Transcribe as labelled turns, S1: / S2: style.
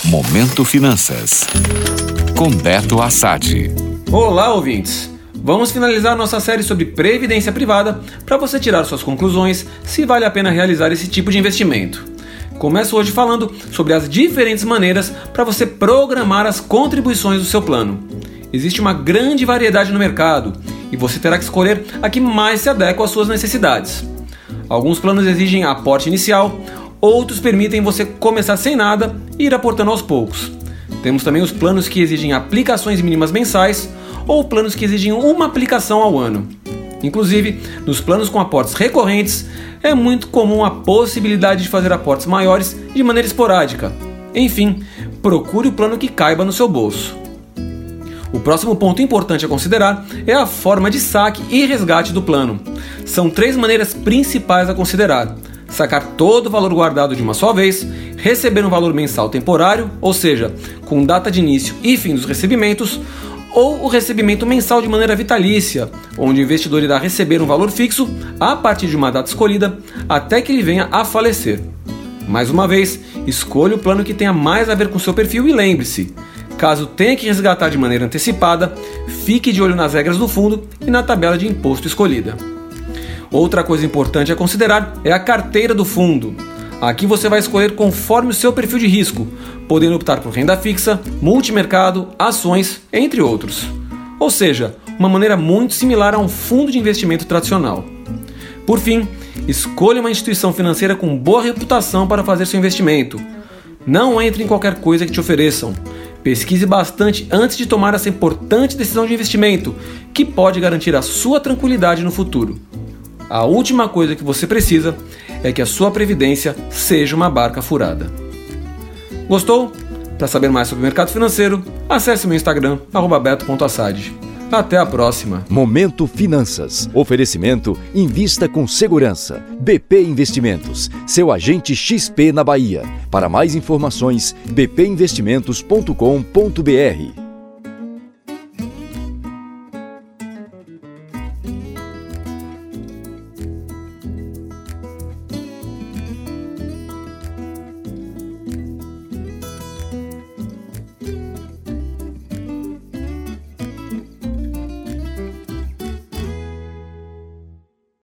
S1: Momento Finanças, com Beto Assad.
S2: Olá, ouvintes! Vamos finalizar nossa série sobre previdência privada para você tirar suas conclusões se vale a pena realizar esse tipo de investimento. Começo hoje falando sobre as diferentes maneiras para você programar as contribuições do seu plano. Existe uma grande variedade no mercado e você terá que escolher a que mais se adequa às suas necessidades. Alguns planos exigem aporte inicial, outros permitem você começar sem nada e ir aportando aos poucos. Temos também os planos que exigem aplicações mínimas mensais ou planos que exigem uma aplicação ao ano. Inclusive, nos planos com aportes recorrentes, é muito comum a possibilidade de fazer aportes maiores de maneira esporádica. Enfim, procure o plano que caiba no seu bolso. O próximo ponto importante a considerar é a forma de saque e resgate do plano. São 3 maneiras principais a considerar: sacar todo o valor guardado de uma só vez, receber um valor mensal temporário, ou seja, com data de início e fim dos recebimentos, ou o recebimento mensal de maneira vitalícia, onde o investidor irá receber um valor fixo a partir de uma data escolhida até que ele venha a falecer. Mais uma vez, escolha o plano que tenha mais a ver com seu perfil e lembre-se, caso tenha que resgatar de maneira antecipada, fique de olho nas regras do fundo e na tabela de imposto escolhida. Outra coisa importante a considerar é a carteira do fundo. Aqui você vai escolher conforme o seu perfil de risco, podendo optar por renda fixa, multimercado, ações, entre outros. Ou seja, uma maneira muito similar a um fundo de investimento tradicional. Por fim, escolha uma instituição financeira com boa reputação para fazer seu investimento. Não entre em qualquer coisa que te ofereçam. Pesquise bastante antes de tomar essa importante decisão de investimento, que pode garantir a sua tranquilidade no futuro. A última coisa que você precisa é que a sua previdência seja uma barca furada. Gostou? Para saber mais sobre o mercado financeiro, acesse meu Instagram, @beto.assad. Até a próxima.
S3: Momento Finanças. Oferecimento Invista com Segurança. BP Investimentos, seu agente XP na Bahia. Para mais informações, bpinvestimentos.com.br.